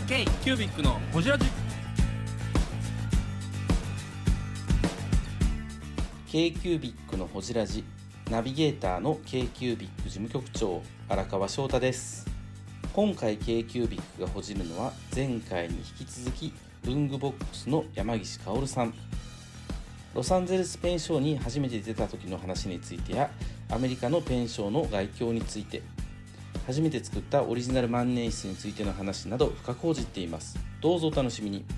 K キュービックのホジラジ k キュービックのホジラジナビゲーターの k キュービック事務局長荒川翔太です。今回 k キュービックがほじるのは前回に引き続き文具ボックスの山岸薫さん。ロサンゼルスペンショーに初めて出た時の話についてやアメリカのペンショーの外況について、初めて作ったオリジナル万年筆についての話など深く報じっています。どうぞお楽しみに。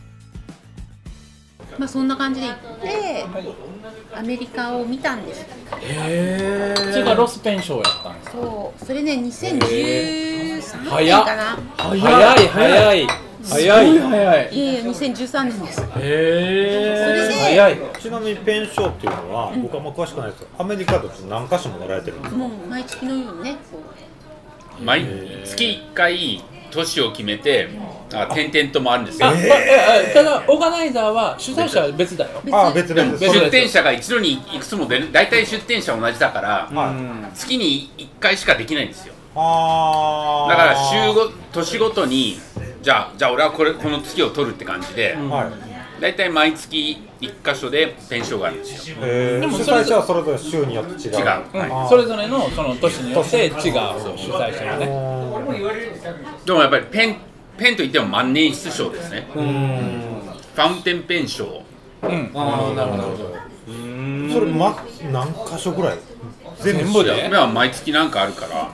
そんな感じで行ってアメリカを見たんです。 それがロスペンショーやったんですか？ そうそれね2013年かな。 早いいや2013年です。 それで早い。 ちなみにペンショーっていうのは、僕はあんま詳しくないですけど、アメリカだと何箇所もやられてるんですか？ もう毎月のようにね毎月1回都市を決めて点々と回るんですよ。 ただオーガナイザーは主催者は別だよ。 別々です。 出店者が一度にいくつも出る。大体出店者同じだから、月に1回しかできないんですよ。だから年ごとにじゃあ俺はこの月を取るって感じで、大体毎月1箇所でペンショーがあるんですよ。 でも主催者はそれぞれ州によって違う。 それぞれのその都市によって違う主催者がね。 でもやっぱりペンといっても万年筆賞ですね。ファウンテンペン賞。 なるほど。 それ何箇所ぐらい？ 全部で毎月なんかあるから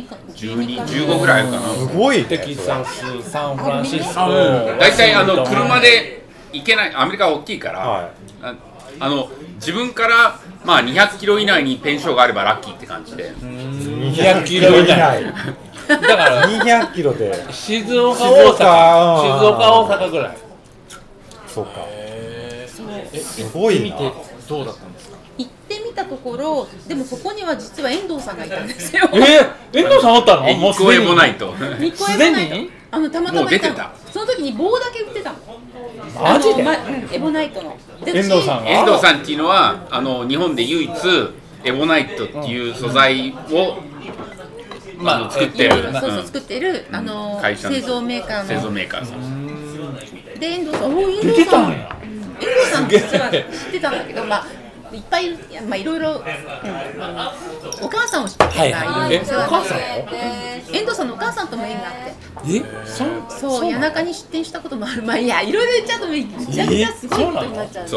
15ぐらいあるかな。 すごい。 テキサス、サンフランシスコ。 大体車で行けない。アメリカは大きいから、自分から200キロ以内にペンショーがあればラッキーって感じで。 200キロ以内。 だから 200キロで静岡、大阪ぐらい。 そうか。すごいな。 どうだったんですか？ 行ってみたところ、でもそこには実は遠藤さんがいたんですよ。 遠藤さんおったの？ もうすでにもないと。 すでに？ たまたまもう出てた。 その時に棒だけ売ってたの。 マジで？ エボナイトの。 遠藤さんが？ 遠藤さんっていうのは日本で唯一エボナイトっていう素材を作ってる。 作ってる会社の製造メーカーさん。 で遠藤さん、遠藤さん実は知ってたんだけど、いっぱいいろいろお母さんを知ってたから、 お母さん？ 遠藤さんのお母さんとも縁があって、そう谷中に出店したこともある。いろいろ言っちゃうとめちゃくちゃすごいことになっちゃう。 そう。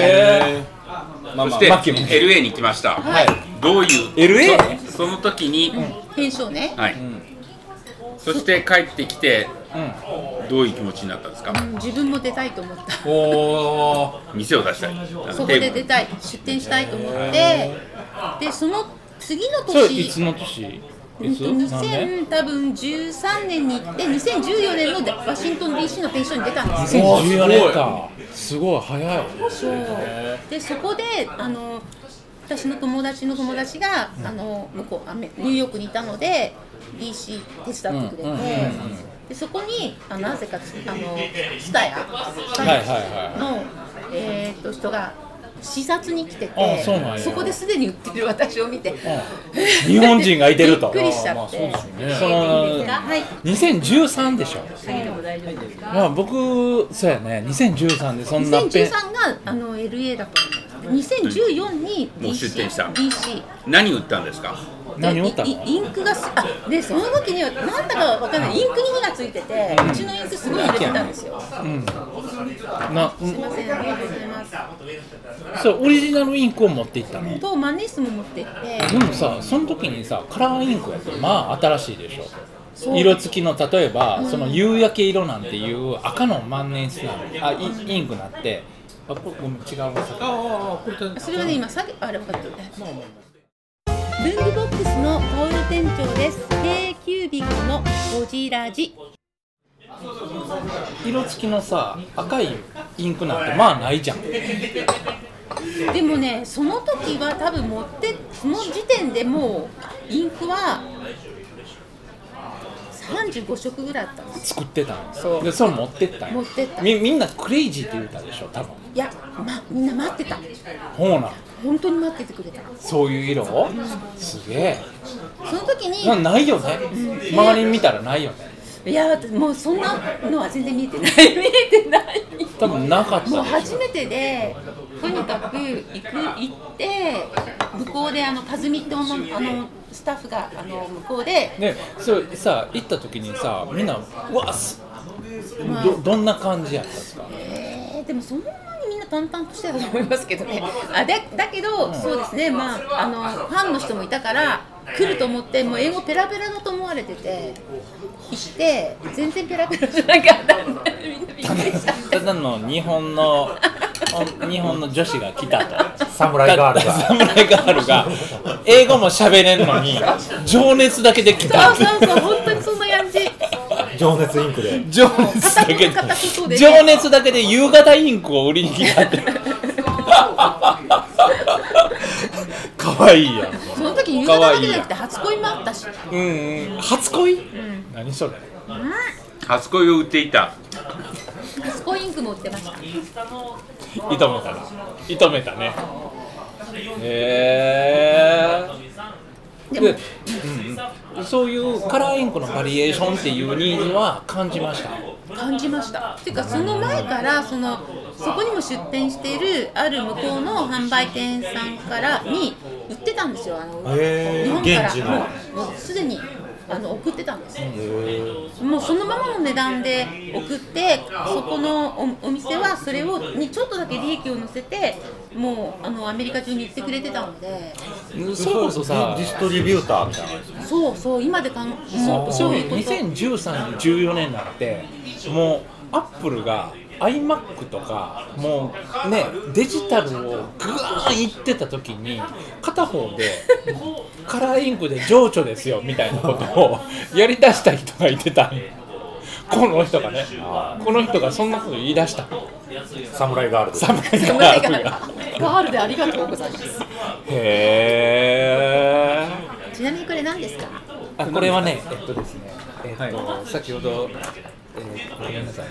そして LA に行きました。どういう LA？ その時にペンショーね。 はい。そして帰ってきてどういう気持ちになったんですか？ 自分も出たいと思った。 店を出したい。 そこで出たい、出店したいと思って、でその次の年、 いつの年 2013年に行って2014年のワシントン DC のペンションに出たんですよ。 2014年か。すごい早い。 そうでそこで私の友達の友達が向こうニューヨークにいたので DC 手伝ってくれて、でそこになぜかスタヤの人が視察に来てて、そこですでに売ってる私を見て、 日本人がいてるとびっくりしちゃって。 その2013でしょ。僕そうやね、2013でそんな 2013がLA だと思います。2014に DC もう出店した。 DC 何売ったんですか？ 何を売ったの？ インクがでその時にはなんだかわかんない、インクに火がついてて、うちのインクすごい入れてたんですよ。すいません、ありがとうございます。 そう、オリジナルインクを持っていったの？ と万年筆も持ってって。 でもさ、その時にさ、カラーインクやって新しいでしょ。色付きの、例えば、その夕焼け色なんていう赤の万年筆なのインクになって、これごめん違う。 それはね、今あれ分かってる。文具ボックスのカオル店長です。k キュービックのホジラジ。 色付きのさ、赤いインクなんてないじゃん。 でもね、その時は多分その時点でもうインクは35色ぐらいあったの。 作ってたの。でそれ持ってった持ってった。 みんなクレイジーって言ったでしょ、多分。 いや、みんな待ってた。 ほうなん。 本当に待っててくれた。 そういう色を、すげえ。 その時にないよね、周りに見たらないよね。 いやもうそんなのは全然見えてない多分なかったでしょ。 もう初めてでとにかく行って向こうでパズミってスタッフが向こうでね、それさ行った時にさみんなうわどんな感じやったんですか？ でもそんなにみんな淡々としてたと思いますけどね。だけど、そうですね、まあ、ファンの人もいたから来ると思ってもう英語ペラペラのと思われてて行って全然ペラペラじゃなかったんでみんなびっくりしちゃってただの日本の女子が来たとサムライガールが英語も喋れんのに情熱だけで来た。 そう本当にそんな感じ。 情熱インクで情熱だけで夕方インクを売りに来たってかわいいやん。 その時夕方だけじゃなくて初恋もあったし。 初恋、何それ、 初恋を売っていた。 初恋インクも売ってました。 射止めたね。でそういうカラーインクのバリエーションっていうニーズは感じました。 っていうかその前からそこにも出店しているある向こうの販売店さんからに売ってたんですよ。日本から現地のもうすでに送ってたんですよ。もうそのままの値段で送ってそこの お店はそれにちょっとだけ利益を乗せてもうアメリカ中に行ってくれてたので、 それこそさディストリビューターみたいな。 そう今でそういうこと 2013、14年になってもうアップルが iMac とかもうねデジタルをグワーンいってた時に片方でカラーインクで情緒ですよみたいなことをやりだした人がいてたんよ。この人がそんなこと言い出した。 サムライガールで。 ガールでありがとうございます。 へー。 ちなみにこれ何ですか？ これはねですね先ほどごめんなさい。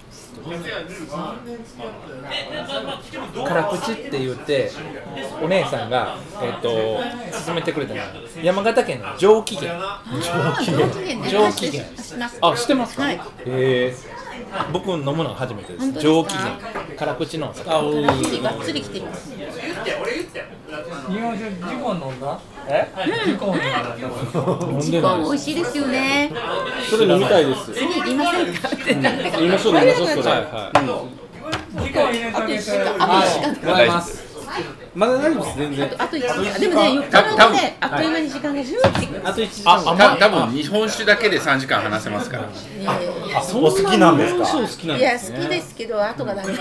辛口って言ってお姉さんが勧めてくれたのは山形県の上機嫌。上機嫌。あ、知ってますか？ はい。 僕飲むのは初めてです。 本当ですか？ 上機嫌辛口のお酒。 がっつりきてます。 日本酒ジコン飲んだ？ジコン飲んだ。 ジコン美味しいですよね。 それ飲みたいです。 次行きませんかってなんて。 言いましょうそれ。 ジコン入れてあげて。 もらいます。まだ大丈夫です全然。 あと1時間。でもね、4日後ね、あっという間に時間がシューってくる。 あと1時間。 多分日本酒だけで3時間話せますから。 お好きなんですか？ いや好きですけど後がダメ。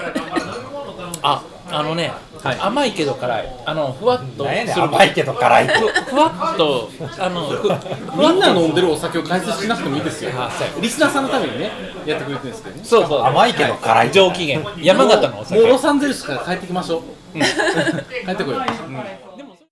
甘いけど辛い。ふわっとする。 甘いけど辛い。 ふわっとみんな飲んでるお酒を解説しなくてもいいですよ。リスナーさんのためにねやってくれてるんですけどね。 そう甘いけど辛い。 上機嫌。山形のお酒。 もうロサンゼルスから帰ってきましょう。帰ってこよう。 でも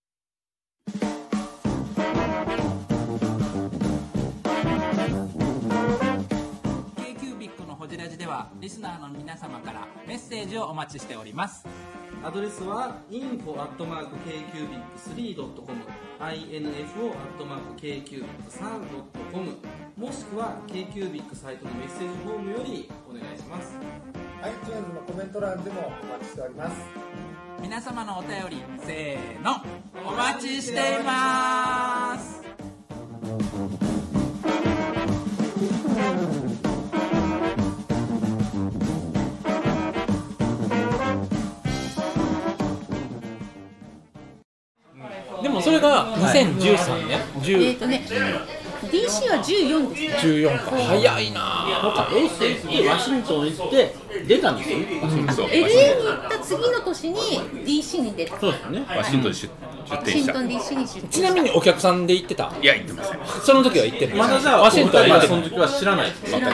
ホジラジではリスナーの皆様からメッセージをお待ちしております。 アドレスは info@kcubic3.com info@kcubic3.com もしくは KQBIC サイトのメッセージフォームよりお願いします。 iTunes のコメント欄でもお待ちしております。 皆様のお便りせーのお待ちしています。 でもそれが2013年、 DC は14ですね。 14か。早いなぁ。 エースにワシントン行って出たんですよ。 そう LA に行った次の年に DC に出た。 そうですよね。 ワシントンで出店した。 ワシントン DC に出店。 ちなみにお客さんで行ってた？ いや行ってません。 その時は行ってない。 まだじゃあワシントンは行ってない。 その時は知らない。 知らない。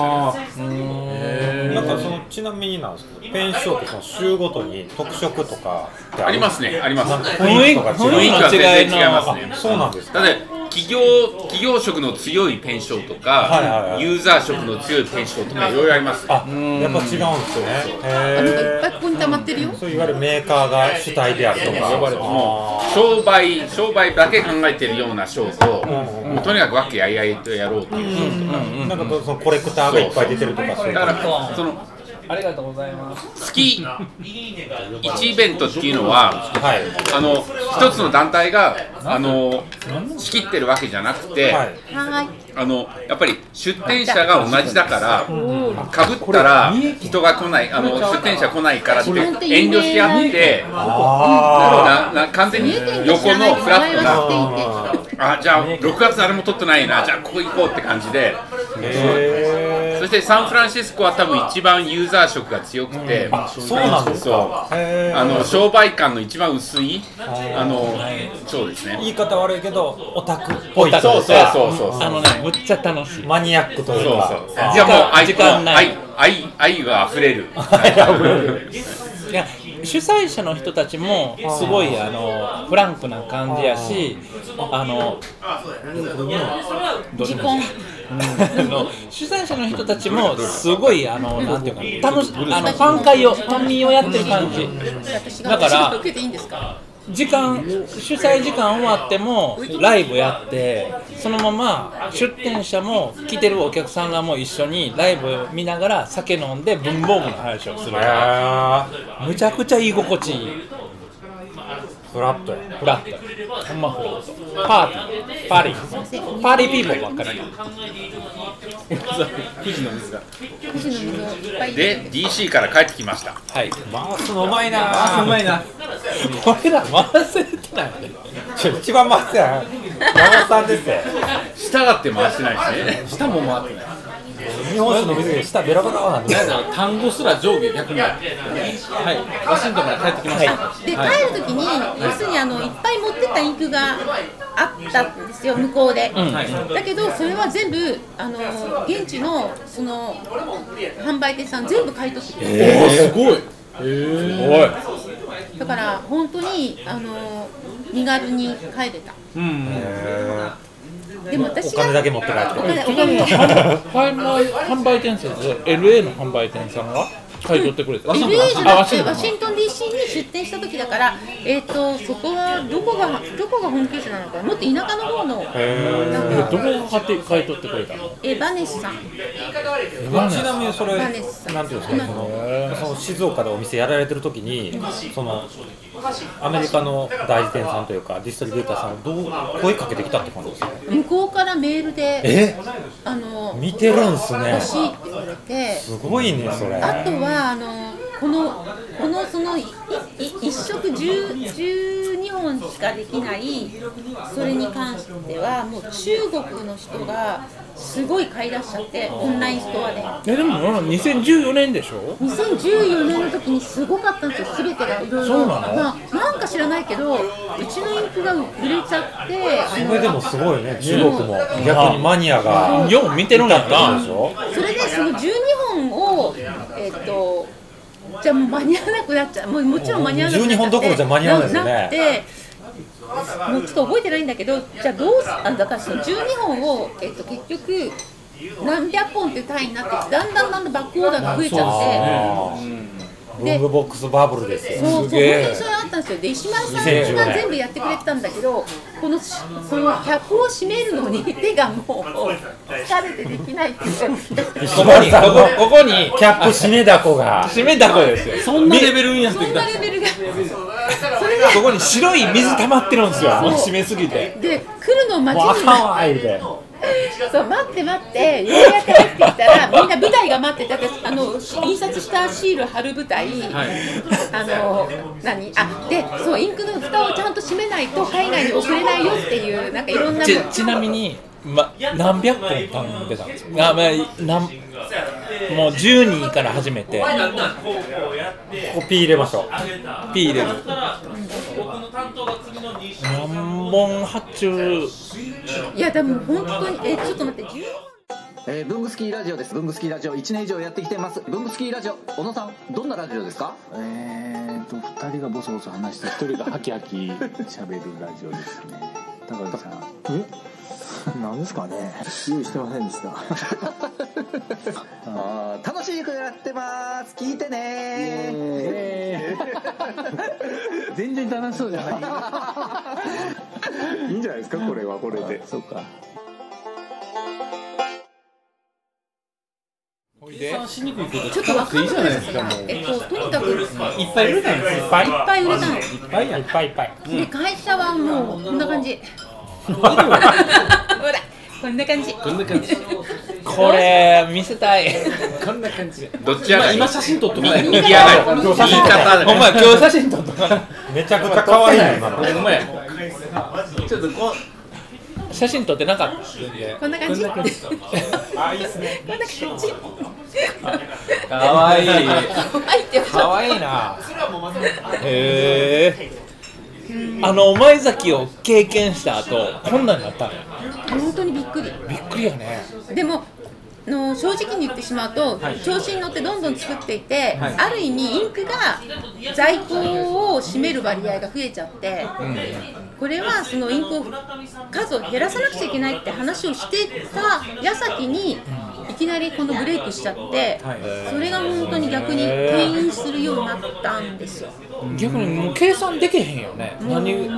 なんかちなみになんですけど、ペンショーってその週ごとに特色とかってありますね。あります。 雰囲気とか雰囲気は全然違いますね。 そうなんですか。 だって企業色の強いペンションとか、ユーザー色の強いペンションとかいろいろあります。 やっぱ違うんですよね。 なんかいっぱいここに溜まってるよ。 そういわゆるメーカーが主体であるとか、 商売だけ考えてるような賞と、もうとにかくわけあいあいとやろうっていう賞とか、 なんかそのコレクターがいっぱい出てるとか、そういうだからそのありがとうございます。 月1イベントっていうのは、一つの団体が仕切ってるわけじゃなくて、やっぱり出店者が同じだからかぶったら人が来ない、出店者来ないからって遠慮し合って、完全に横のフラットな、じゃあ6月誰も取ってないな、じゃあここ行こうって感じで。そしてサンフランシスコは多分一番ユーザー色が強くて、 そうなんですか。 商売感の一番薄いそうですね。 言い方悪いけどオタクっぽい。 そうむっちゃ楽しい。 マニアックというか。 じゃあもう愛が溢れる。 いや、主催者の人たちもすごいフランクな感じやし、主催者の人たちもすごいなんていうかファン会をやってる感じ。だから主催時間終わってもライブやって、そのまま出店者も来てるお客さんがも一緒にライブ見ながら酒飲んで文房具の話をする。むちゃくちゃ居心地いい。 フラットほんまフラット。パーリーピーポーばっかり。 富士の水がで DC から帰ってきました。 回すのうまいな。 俺ら回せれてないね。 一番回せない山さんですよ。 下だって回してないしね。 下も回ってない。 日本酒の水で下ベラベラなんで。 単語すら上下逆に。はい。ワシントンから帰ってきました。 で帰る時に要するにいっぱい持ってったインクがあったんですよ、向こうで。だけどそれは全部現地のその販売店さん全部買い取ってくれて。 すごい。 だから本当に身軽に帰れた。でも私がお金だけ持って帰って販売店さんで LA の販売店さんが買い取ってくれた。 LA じゃなくてワシントン DC に出店した時だから、そこはどこが本拠地なのか、もっと田舎の方のどこが買い取ってくれたの？ バネスさん。 ちなみにそれなんていうんですか、その静岡でお店やられてる時にそのアメリカの代理店さんというかディストリビューターさんどう声かけてきたって感じですか？ 向こうからメールで見てるんすね。 欲しいって言われて。 すごいねそれ。 あとはこのその一食12本しかできないそれに関してはもう中国の人がすごい買い出しちゃって、オンラインストアで。 でも2014年でしょ ？2014年の時にすごかったんですよ、全てがいろいろ。なんか知らないけどうちのインクが売れちゃって。 それでもすごいね、中国も逆にマニアがよう見てるんだな。 それでその12本をじゃあもう間に合わなくなっちゃう。もちろん間に合わなくなっちゃって。12本どころじゃ間に合わないですよね。もうちょっと覚えてないんだけど、じゃあだからその12本を、結局何百本って単位になってきて、だんだんバックオーダーが増えちゃって。 文具ボックスバブルですよ。 そう本当にそれあったんですよ。で石丸さんが全部やってくれてたんだけど、このキャップを閉めるのに手がもう疲れてできないって言って、 ここにキャップ閉めだこですよ。 そんなレベルになってきた。 そんなレベルが。 ここに白い水溜まってるんですよ。閉めすぎて。 で来るのを待ちにそう待ってようやく入ってきたらみんな舞台が待ってて、印刷したシール貼る舞台、でそうインクの蓋をちゃんと閉めないと海外に送れないよっていうなんかいろんな。 ちなみに、何百本頼んでたんですか？もう10人から始めて。 ここピー入れましょう。 ピー入れる。何本発注。 いやでも本当にちょっと待って。 ブングスキーラジオです。ブングスキーラジオ1年以上やってきてます。ブングスキーラジオ、小野さんどんなラジオですか ？2人がボソボソ話して1人がハキハキ喋るラジオですね。高木さんなんですかね、用意してませんでした楽しくやってます。聞いてね全然楽しそうじゃないいいんじゃないですか、これはこれで。そうか。 計算しにくいことちょっと分かんないですが、とにかくいっぱい売れたんですよ。いっぱい売れたの。 いっぱいやいっぱいいっぱい。 で会社はもうこんな感じ。ほらこんな感じ。 こんな感じ。 これ見せたい。 こんな感じ。 どっちや今写真撮っとかない。 言い方今日写真撮っとかない。 めちゃくちゃ可愛い今の。 ほんまや。ちょっと写真撮ってなかった。 こんな感じ。 あ、いいですね。 こんな感じ。 かわいい。 可愛いってかわいいな。へえ。前崎を経験した後、こんなになったの。 本当にびっくり。 びっくりやね。 でも正直に言ってしまうと、調子に乗ってどんどん作っていて、ある意味インクが在庫を占める割合が増えちゃって、これはそのインクを数を減らさなくちゃいけないって話をしてた矢先にいきなりこのブレイクしちゃって、それが本当に逆に牽引するようになったんですよ。 逆にもう計算できへんよね。どう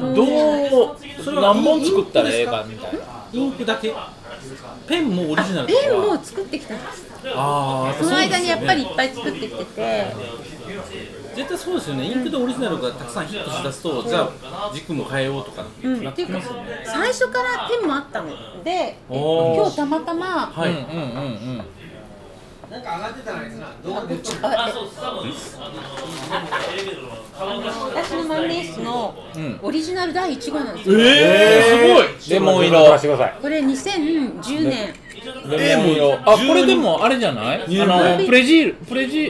何本作ったらええかみたいな。 インクだけ。ペンもオリジナル。 ペンも作ってきたんです。その間にやっぱりいっぱい作ってきてて。 絶対そうですよね。インクでオリジナルがたくさんヒットしだすと、じゃあ軸も変えようとかなってきますよね。 最初からペンもあったので、今日たまたま。なんか上がってたらいいな。私の万年筆のオリジナル第1号なんですよ。 すごい。レモン色。 これ2010年。 レモン色。これでもあれじゃない？プレジール、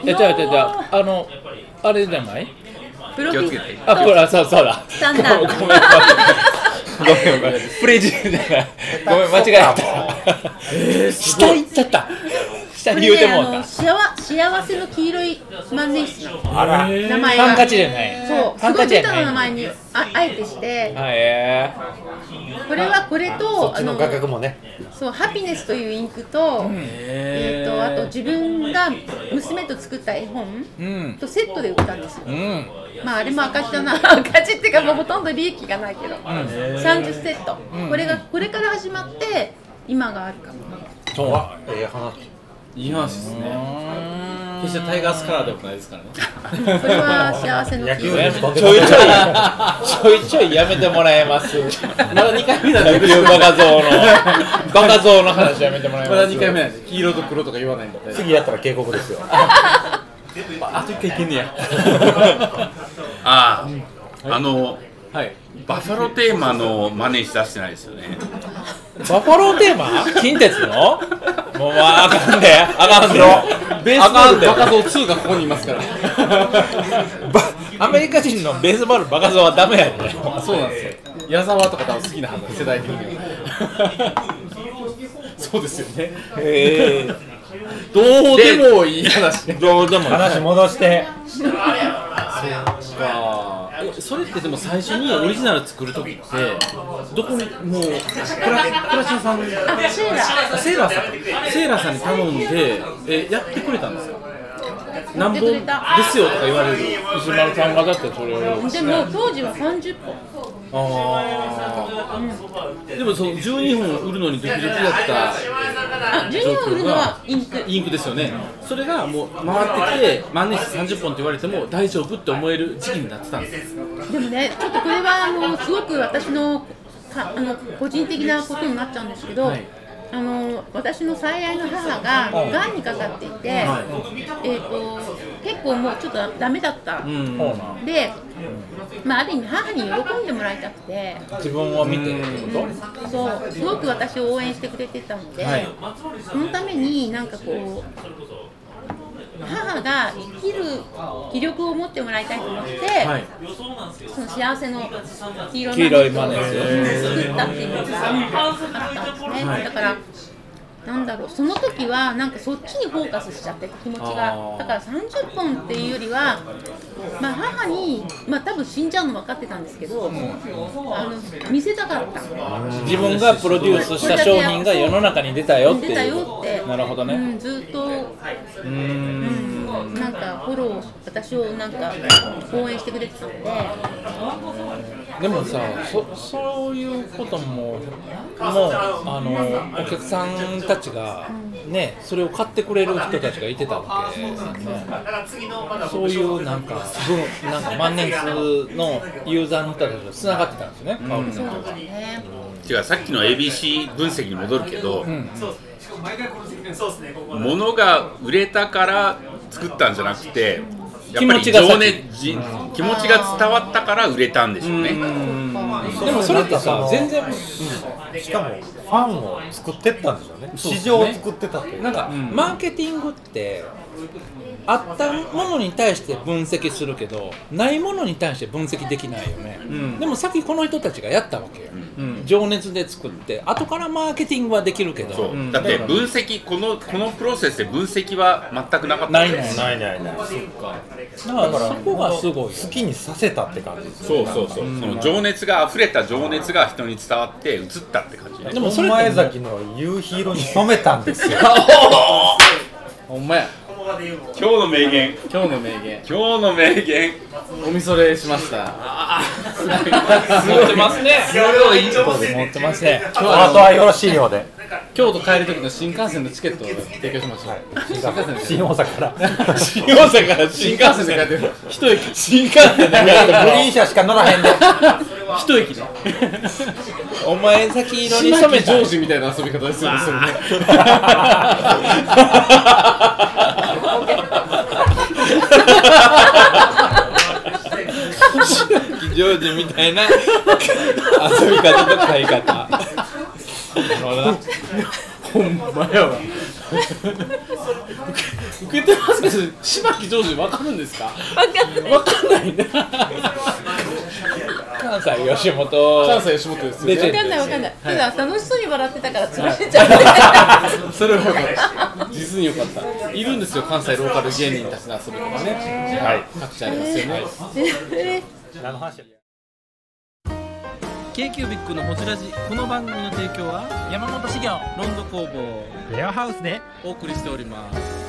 あれじゃない？ プロフィール。 そうだ。 スタンダード。 ごめん。プレジールじゃない。ごめん、間違えた。下行っちゃった。下に言うてもうた。 幸せの黄色い万年筆なの。名前ハンカチじゃない。 そう、すごいベタな名前にあえてして。これはこれと画角もね。 そう、ハピネスというインクと、あと自分が娘と作った絵本とセットで売ったんですよ。まああれも赤字だな。赤字っていうかもうほとんど利益がないけど、30セット。これから始まって今があるかも。 そう。 いい話ですね。決してタイガースカラーでもないですからね。 これは幸せの黄色い。 ちょいやめてもらえます。 まだ2回目なんで。 バカ像の話やめてもらえます。 まだ2回目なんで。黄色と黒とか言わないんで。 次やったら警告ですよ。 あと1回いけんねや。 バファローテーマのマネージ出してないですよね。 バファローテーマ？近鉄の？もうあかんで。 ベースボールバカ像2がここにいますから。 アメリカ人のベースボールバカ像はダメやね。 そうなんですよ。矢沢とか多分好きなはず、世代的には。そうですよね。どうでもいい話。 どうでも話戻して。 それってでも最初にオリジナル作るときってどこにもうプラチナさん、セーラーさんに頼んでやってくれたんですか？何本ですよとか言われる。 石丸さんがだってそれを。 でも当時は30本。 でもその12本売るのにドキドキだった 12本売るのはインクですよね。それがもう回ってきて万年筆30本って言われても大丈夫って思える時期になってたんです。 でもね、ちょっとこれはすごく私の個人的なことになっちゃうんですけど、私の最愛の母ががんにかかっていて、結構もうちょっとダメだった、で、ある意味母に喜んでもらいたくて、 自分を見てってこと？ そう、すごく私を応援してくれてたので、そのためになんかこう母が生きる気力を持ってもらいたいと思って、その幸せの黄色いマネージを作ったっていうのがあったんですね。だからなんだろう、その時はなんかそっちにフォーカスしちゃって気持ちが、だから30本っていうよりは、まあ、母に、まあ、多分死んじゃうの分かってたんですけど、見せたかった。 自分がプロデュースした商品が世の中に出たよっていう。 出たよって。 なるほどね。 ずっとなんかフォロー、私をなんか応援してくれてたので。 でもさ、そういうこともお客さんたちがね、それを買ってくれる人たちがいてたわけ、ね、そういうなんか万年数のユーザーの人たちとつながってたんですね。 違う、さっきの ABC 分析に戻るけど、物が売れたから作ったんじゃなくて、やっぱり気持ちが伝わったから売れたんでしょうね。 でもそれってさ、全然、 しかもファンを作ってったんでしょうね。市場を作ってたという。 なんかマーケティングってあったものに対して分析するけど、ないものに対して分析できないよね。でもさっきこの人たちがやったわけよ。情熱で作って後からマーケティングはできるけど、 だって分析、このプロセスで分析は全くなかった。 ない。 だからそこがすごい好きにさせたって感じです。 そうその情熱が溢れた情熱が人に伝わって移ったって感じ。 でもそれ前崎の夕日色に染めたんですよ。 ほんまや。 今日の名言。 おみそれしました。 持ってますね。 すごいいいとこで持ってますね。 あとはよろしいようで。 京都帰る時の新幹線のチケットを提供しました。 新大阪から新幹線で帰ってる。一駅。新幹線で帰ってる。 グリーン車しか乗らへんで。 一駅で。 お前先色に染めた。 ジョージみたいな遊び方ですよね。 ジョージみたいな遊び方と買い方。 ほんまやわ。受けてますけど、柴木ジョージ分かるんですか？分かんないね。 関西吉本ですよね。 分かんない。ただ楽しそうに笑ってたからつられちゃう。 それはよかった。実によかった。いるんですよ、関西ローカル芸人たちの遊びとかね。はい、各地ありますよね。 何の話や。 K-Cubic のホジラジ、この番組の提供は山本資源ロンド工房レアハウスでお送りしております。